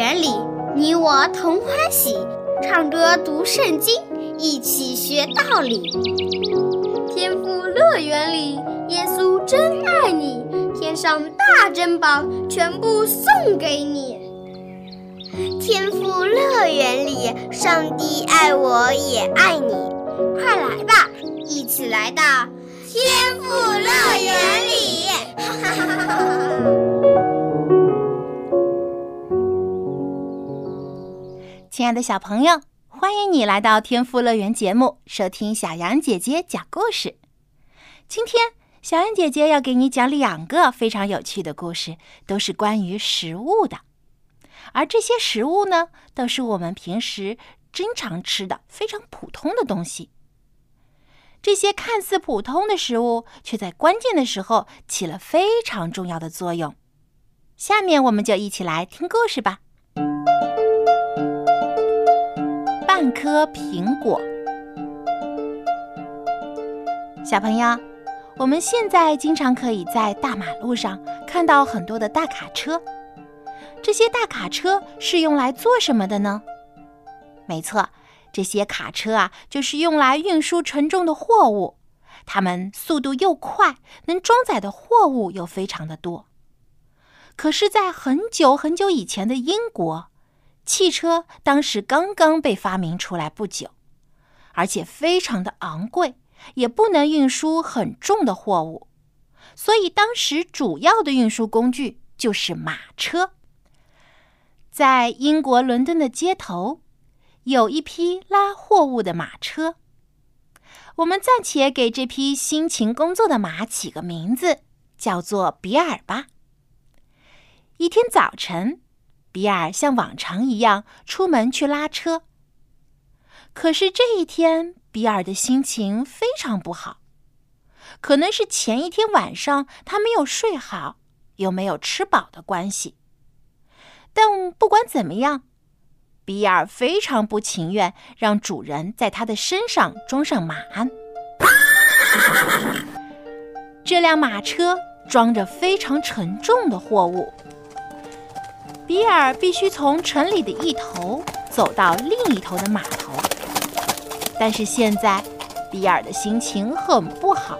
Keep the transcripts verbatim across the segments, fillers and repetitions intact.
园里，你我同欢喜，唱歌读圣经，一起学道理。天父乐园里，耶稣真爱你，天上大珍宝全部送给你。 天父乐园里，上帝爱我也爱你， 快来吧，一起来到天父乐园里。 亲爱的小朋友，欢迎你来到天父乐园节目，收听小羊姐姐讲故事。今天小羊姐姐要给你讲两个非常有趣的故事，都是关于食物的。而这些食物呢，都是我们平时经常吃的非常普通的东西。这些看似普通的食物，却在关键的时候起了非常重要的作用。下面我们就一起来听故事吧。半颗苹果。小朋友，我们现在经常可以在大马路上看到很多的大卡车。这些大卡车是用来做什么的呢？没错，这些卡车啊，就是用来运输沉重的货物。它们速度又快，能装载的货物又非常的多。可是在很久很久以前的英国，汽车当时刚刚被发明出来不久，而且非常的昂贵，也不能运输很重的货物，所以当时主要的运输工具就是马车。在英国伦敦的街头，有一匹拉货物的马车。我们暂且给这匹辛勤工作的马起个名字，叫做比尔吧。一天早晨，比尔像往常一样出门去拉车。可是这一天，比尔的心情非常不好。可能是前一天晚上他没有睡好，又没有吃饱的关系。但不管怎么样，比尔非常不情愿让主人在他的身上装上马鞍。这辆马车装着非常沉重的货物，比尔必须从城里的一头走到另一头的码头。但是现在，比尔的心情很不好。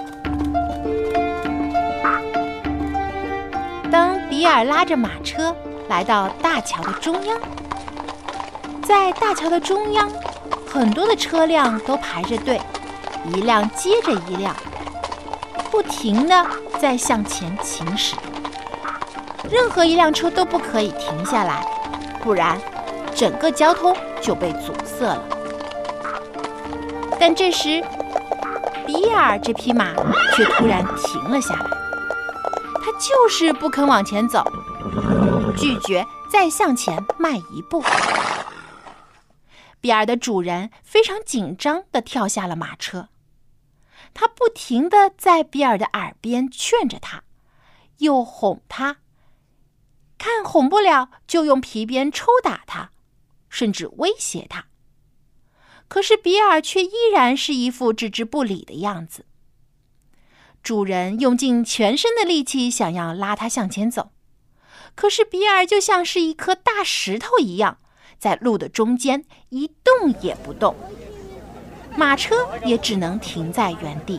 当比尔拉着马车来到大桥的中央，在大桥的中央，很多的车辆都排着队，一辆接着一辆，不停地在向前行驶。任何一辆车都不可以停下来，不然整个交通就被阻塞了。但这时，比尔这匹马却突然停了下来，他就是不肯往前走，拒绝再向前迈一步。比尔的主人非常紧张地跳下了马车，他不停地在比尔的耳边劝着他，又哄他，看哄不了就用皮鞭抽打他，甚至威胁他。可是比尔却依然是一副置之不理的样子。主人用尽全身的力气想要拉他向前走，可是比尔就像是一颗大石头一样，在路的中间一动也不动，马车也只能停在原地。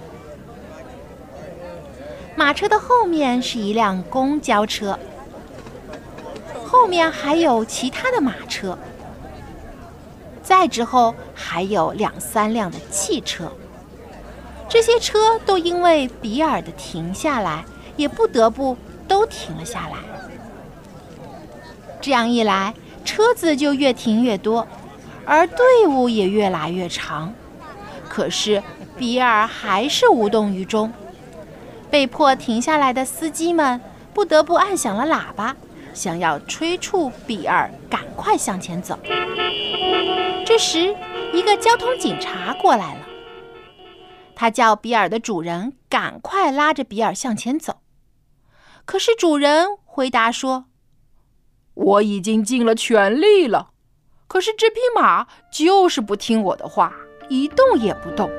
马车的后面是一辆公交车，后面还有其他的马车，再之后还有两三辆的汽车。这些车都因为比尔的停下来，也不得不都停了下来。这样一来，车子就越停越多，而队伍也越来越长。可是比尔还是无动于衷，被迫停下来的司机们不得不按响了喇叭，想要催促比尔赶快向前走。这时，一个交通警察过来了，他叫比尔的主人赶快拉着比尔向前走。可是主人回答说：“我已经尽了全力了，可是这匹马就是不听我的话，一动也不动。”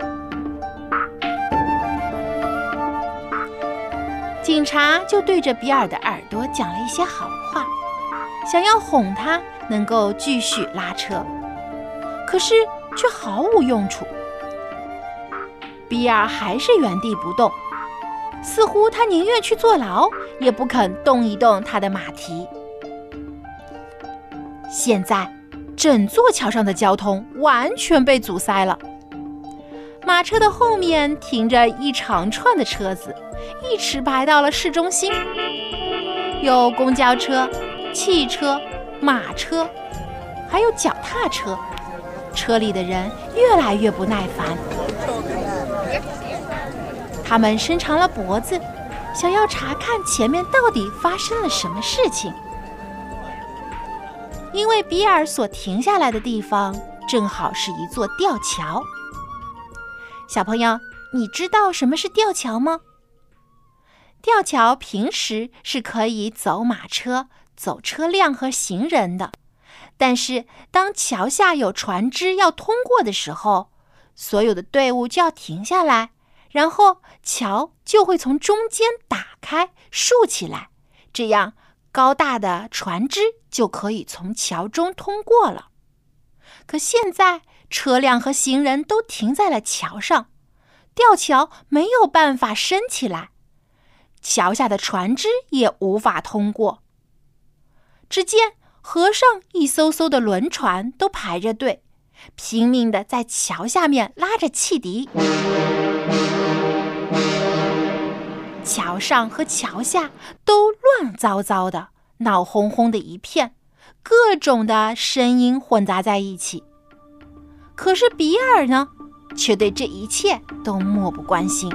警察就对着比尔的耳朵讲了一些好话， 想要哄他能够继续拉车，可是却毫无用处。比尔还是原地不动，似乎他宁愿去坐牢，也不肯动一动他的马蹄。现在，整座桥上的交通完全被阻塞了。马车的后面停着一长串的车子，一直排到了市中心。有公交车、汽车、马车，还有脚踏车。车里的人越来越不耐烦，他们伸长了脖子，想要查看前面到底发生了什么事情。因为比尔所停下来的地方正好是一座吊桥。小朋友，你知道什么是吊桥吗？吊桥平时是可以走马车、走车辆和行人的，但是当桥下有船只要通过的时候，所有的队伍就要停下来，然后桥就会从中间打开竖起来，这样高大的船只就可以从桥中通过了。可现在车辆和行人都停在了桥上，吊桥没有办法升起来，桥下的船只也无法通过。只见河上一艘艘的轮船都排着队，拼命地在桥下面拉着汽笛。桥上和桥下都乱糟糟的，闹哄哄的一片，各种的声音混杂在一起。可是比尔呢，却对这一切都漠不关心。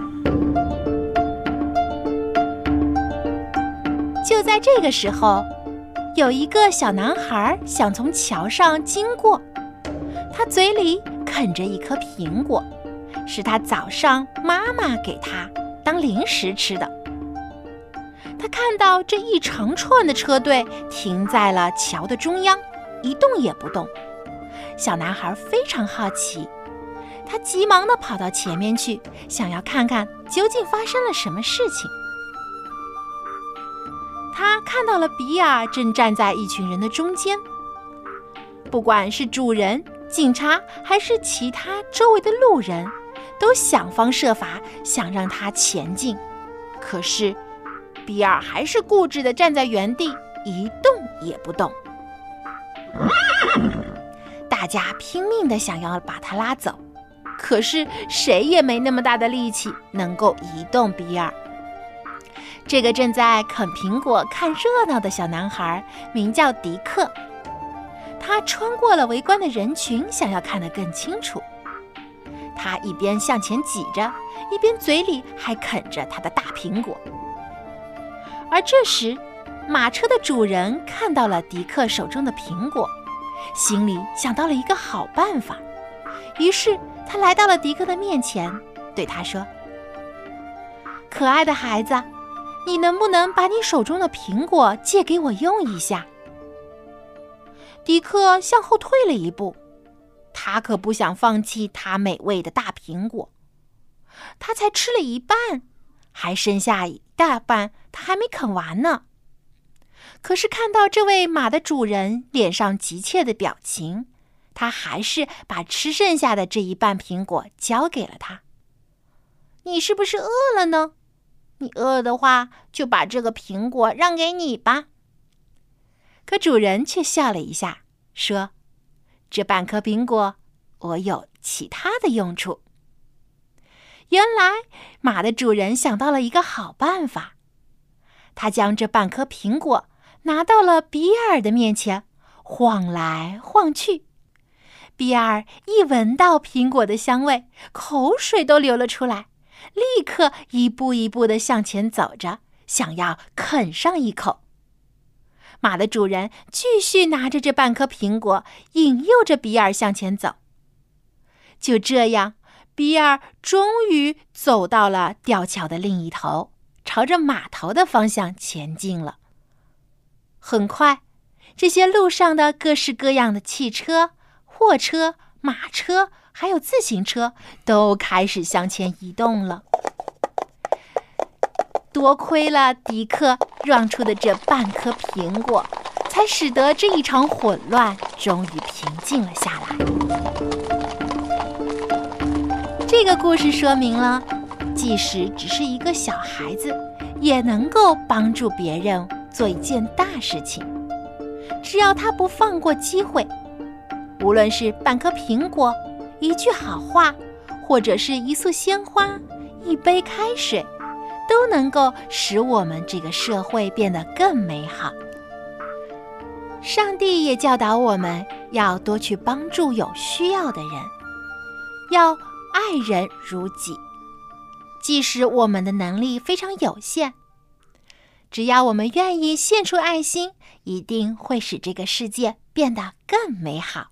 就在这个时候，有一个小男孩想从桥上经过，他嘴里啃着一颗苹果，是他早上妈妈给他当零食吃的。他看到这一长串的车队停在了桥的中央，一动也不动。小男孩非常好奇，他急忙地跑到前面去，想要看看究竟发生了什么事情。他看到了比尔正站在一群人的中间，不管是主人、警察还是其他周围的路人，都想方设法想让他前进。可是比尔还是固执地站在原地，一动也不动。大家拼命地想要把他拉走，可是谁也没那么大的力气能够移动比尔。这个正在啃苹果看热闹的小男孩名叫迪克，他穿过了围观的人群，想要看得更清楚。他一边向前挤着，一边嘴里还啃着他的大苹果。而这时，马车的主人看到了迪克手中的苹果，心里想到了一个好办法，于是他来到了迪克的面前，对他说：“可爱的孩子，你能不能把你手中的苹果借给我用一下？”迪克向后退了一步，他可不想放弃他美味的大苹果。他才吃了一半，还剩下一大半，他还没啃完呢。可是看到这位马的主人脸上急切的表情，他还是把吃剩下的这一半苹果交给了他。“你是不是饿了呢？你饿的话，就把这个苹果让给你吧。”可主人却笑了一下，说：“这半颗苹果，我有其他的用处。”原来马的主人想到了一个好办法，他将这半颗苹果拿到了比尔的面前，晃来晃去。比尔一闻到苹果的香味，口水都流了出来，立刻一步一步地向前走着，想要啃上一口。马的主人继续拿着这半颗苹果，引诱着比尔向前走。就这样，比尔终于走到了吊桥的另一头，朝着码头的方向前进了。很快，这些路上的各式各样的汽车、货车、马车还有自行车都开始向前移动了。多亏了迪克让出的这半颗苹果，才才使得这一场混乱终于平静了下来。这个故事说明了，即使只是一个小孩子，也能够帮助别人做一件大事情。只要他不放过机会，无论是半颗苹果、一句好话，或者是一束鲜花、一杯开水，都能够使我们这个社会变得更美好。上帝也教导我们要多去帮助有需要的人，要爱人如己。即使我们的能力非常有限，只要我们愿意献出爱心，一定会使这个世界变得更美好。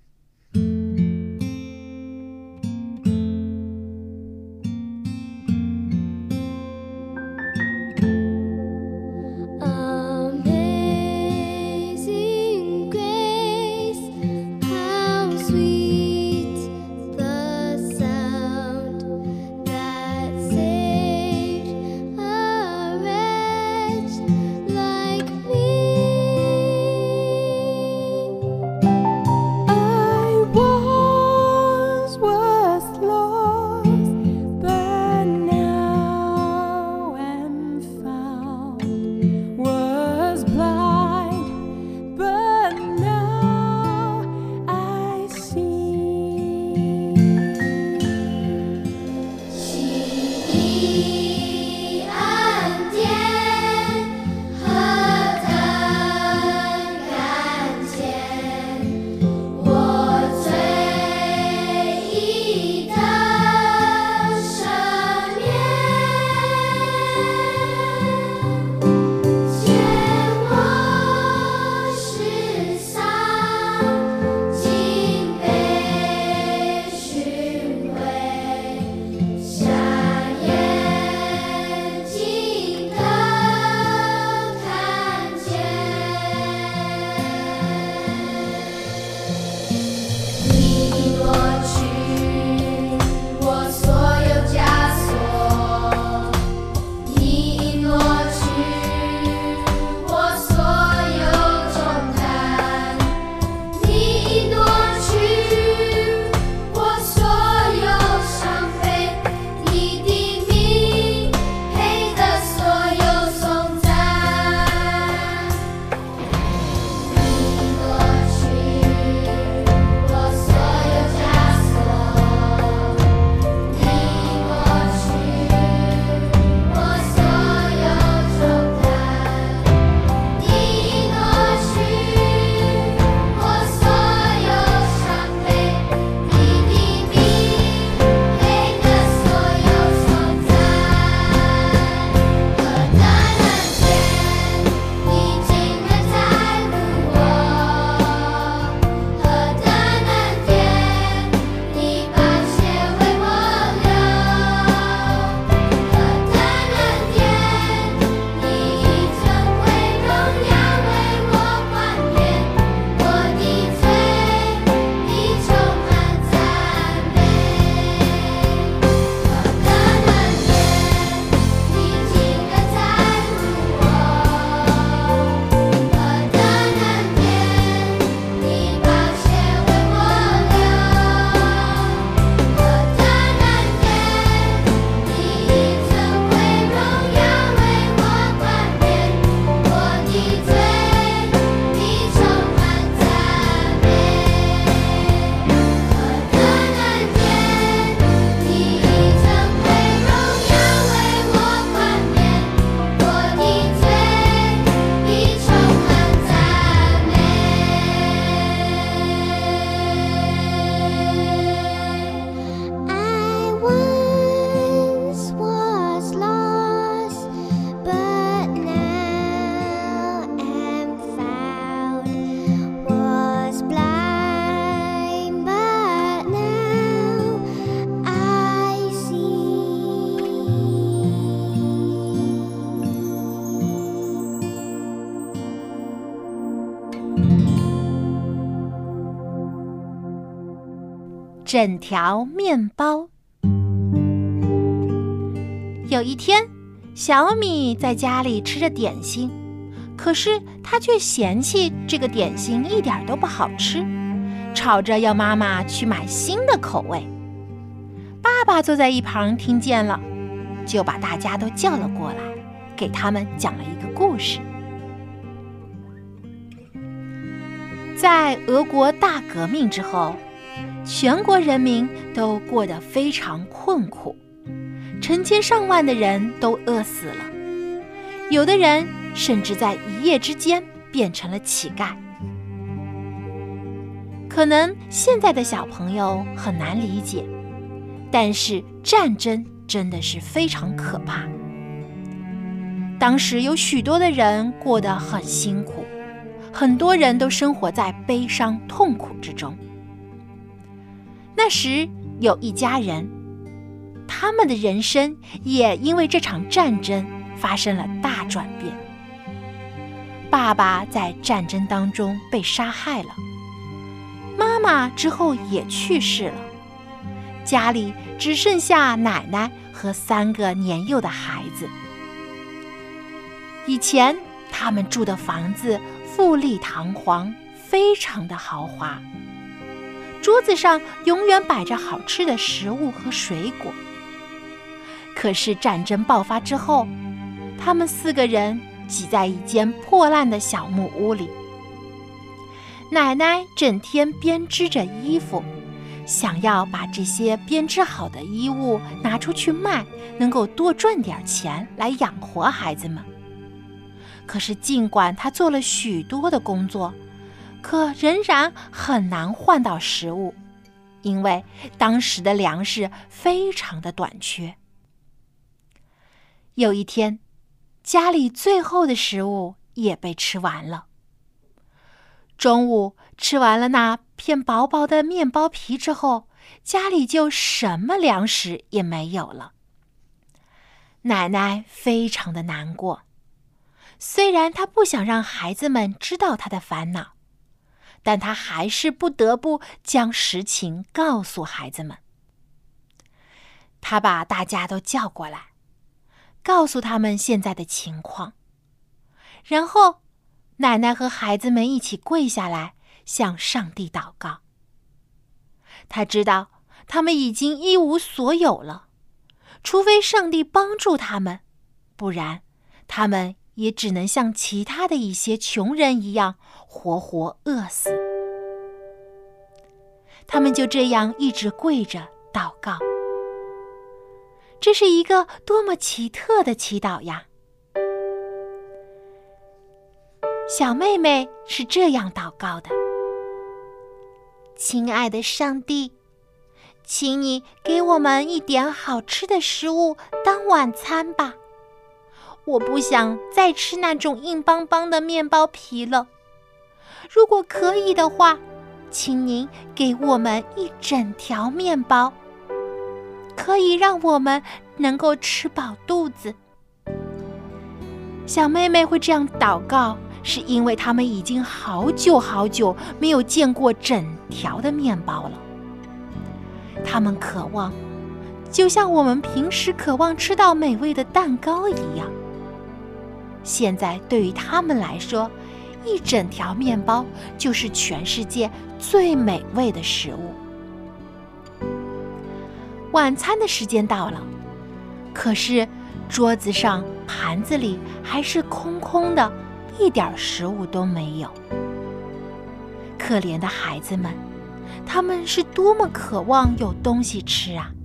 整条面包。有一天，小米在家里吃着点心， 可是他却嫌弃这个点心一点都不好吃，吵着要妈妈去买新的口味。爸爸坐在一旁听见了，就把大家都叫了过来，给他们讲了一个故事。在俄国大革命之后，全国人民都过得非常困苦，成千上万的人都饿死了，有的人甚至在一夜之间变成了乞丐。可能现在的小朋友很难理解，但是战争真的是非常可怕。当时有许多的人过得很辛苦，很多人都生活在悲伤痛苦之中。那时有一家人，他们的人生也因为这场战争发生了大转变。爸爸在战争当中被杀害了，妈妈之后也去世了，家里只剩下奶奶和三个年幼的孩子。以前他们住的房子富丽堂皇，非常的豪华，桌子上永远摆着好吃的食物和水果。可是战争爆发之后，他们四个人挤在一间破烂的小木屋里。奶奶整天编织着衣服，想要把这些编织好的衣物拿出去卖，能够多赚点钱来养活孩子们。可是尽管她做了许多的工作，可仍然很难换到食物，因为当时的粮食非常的短缺。有一天，家里最后的食物也被吃完了。中午吃完了那片薄薄的面包皮之后，家里就什么粮食也没有了。奶奶非常的难过，虽然她不想让孩子们知道她的烦恼，但她还是不得不将实情告诉孩子们。她把大家都叫过来，告诉他们现在的情况，然后奶奶和孩子们一起跪下来向上帝祷告。她知道他们已经一无所有了，除非上帝帮助他们，不然他们也只能像其他的一些穷人一样活活饿死。他们就这样一直跪着祷告。这是一个多么奇特的祈祷呀！小妹妹是这样祷告的：亲爱的上帝，请你给我们一点好吃的食物当晚餐吧。我不想再吃那种硬邦邦的面包皮了。如果可以的话，请您给我们一整条面包，可以让我们能够吃饱肚子。小妹妹会这样祷告，是因为他们已经好久好久没有见过整条的面包了。他们渴望，就像我们平时渴望吃到美味的蛋糕一样。现在对于他们来说，一整条面包就是全世界最美味的食物。晚餐的时间到了，可是桌子上、盘子里还是空空的，一点食物都没有。可怜的孩子们，他们是多么渴望有东西吃啊！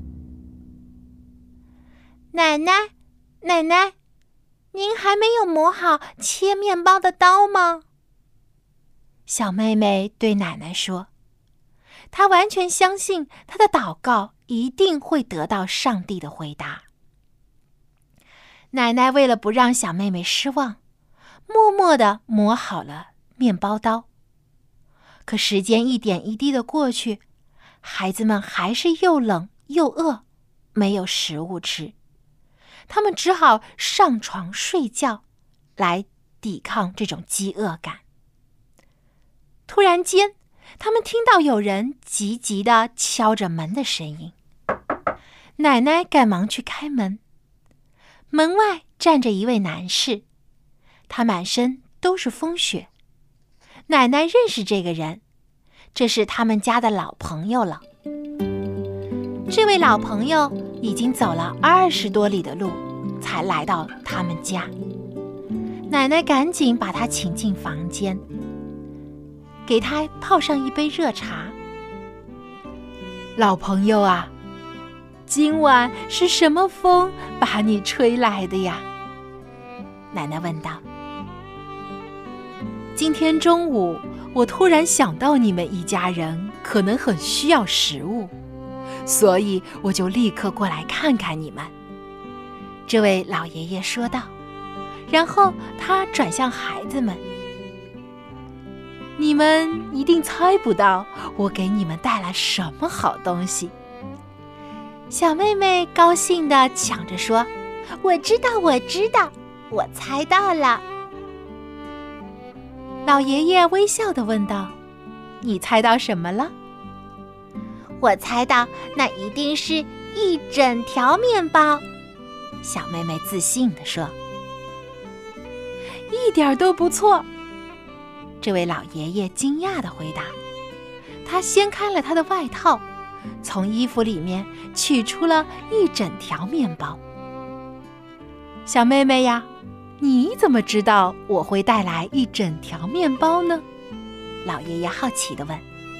奶奶，奶奶，您还没有磨好切面包的刀吗？小妹妹对奶奶说，她完全相信她的祷告一定会得到上帝的回答。奶奶为了不让小妹妹失望，默默地磨好了面包刀。可时间一点一滴地过去，孩子们还是又冷又饿，没有食物吃。他们只好上床睡觉，来抵抗这种饥饿感。突然间，他们听到有人急急地敲着门的声音。奶奶赶忙去开门，门外站着一位男士，他满身都是风雪。奶奶认识这个人，这是他们家的老朋友了。这位老朋友已经走了二十多里的路，才来到他们家。奶奶赶紧把他请进房间，给他泡上一杯热茶。老朋友啊，今晚是什么风把你吹来的呀？奶奶问道。今天中午，我突然想到你们一家人可能很需要食物，所以我就立刻过来看看你们。这位老爷爷说道，然后他转向孩子们。你们一定猜不到我给你们带来什么好东西。小妹妹高兴地抢着说， 我知道，我知道，我猜到了。 老爷爷微笑地问道，你猜到什么了？ 我猜到那一定是一整条面包。 小妹妹自信地说，一点都不错。这位老爷爷惊讶地回答，他掀开了他的外套，从衣服里面取出了一整条面包。小妹妹呀，你怎么知道我会带来一整条面包呢？老爷爷好奇地问。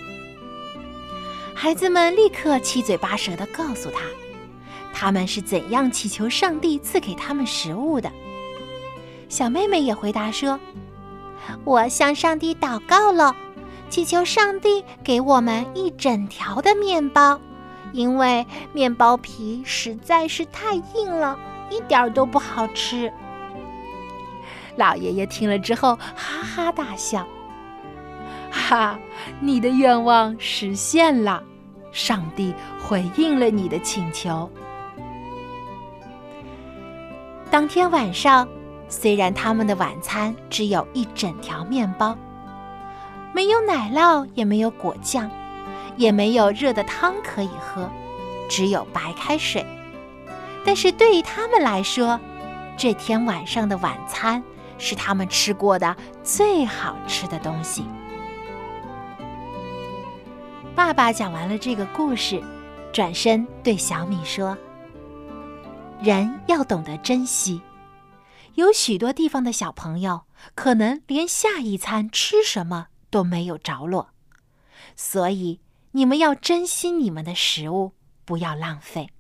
孩子们立刻七嘴八舌地告诉他，他们是怎样祈求上帝赐给他们食物的。小妹妹也回答说， 我向上帝祷告了，祈求上帝给我们一整条的面包，因为面包皮实在是太硬了，一点都不好吃。 老爷爷听了之后哈哈大笑，哈，你的愿望实现了，上帝回应了你的请求。当天晚上，虽然他们的晚餐只有一整条面包，没有奶酪，也没有果酱，也没有热的汤可以喝，只有白开水。但是对于他们来说，这天晚上的晚餐是他们吃过的最好吃的东西。爸爸讲完了这个故事，转身对小米说，人要懂得珍惜。有许多地方的小朋友可能连下一餐吃什么都没有着落，所以你们要珍惜你们的食物，不要浪费。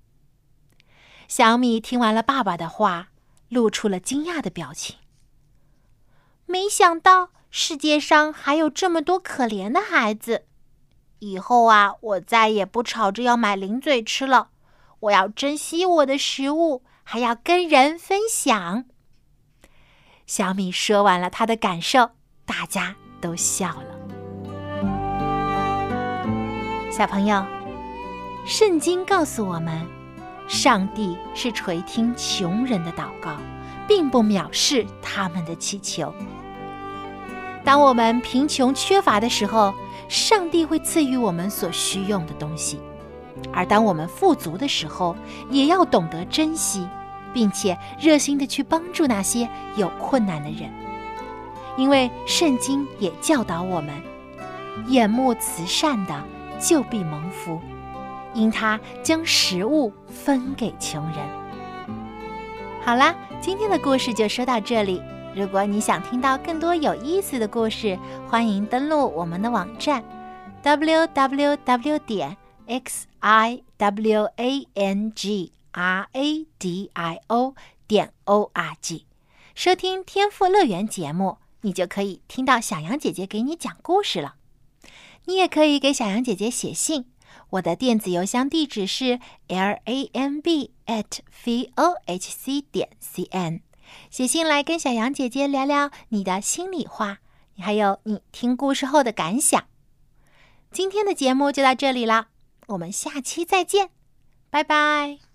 小米听完了爸爸的话，露出了惊讶的表情。 没想到世界上还有这么多可怜的孩子。以后啊，我再也不吵着要买零嘴吃了。我要珍惜我的食物，还要跟人分享。 小米说完了他的感受，大家都笑了。小朋友，圣经告诉我们，上帝是垂听穷人的祷告，并不藐视他们的祈求。当我们贫穷缺乏的时候，上帝会赐予我们所需用的东西；而当我们富足的时候，也要懂得珍惜，并且热心地去帮助那些有困难的人。因为圣经也教导我们，眼目慈善的就必蒙福，因他将食物分给穷人。好啦，今天的故事就说到这里。如果你想听到更多有意思的故事，欢迎登录我们的网站 double-u double-u double-u 点 x i w a n g r a d i o 点 o r g， 收听天赋乐园节目，你就可以听到小羊姐姐给你讲故事了。你也可以给小羊姐姐写信，我的电子邮箱地址是 l a m b at v o h c 点 c n， 写信来跟小羊姐姐聊聊你的心里话，还有你听故事后的感想。今天的节目就到这里了，我们下期再见，拜拜。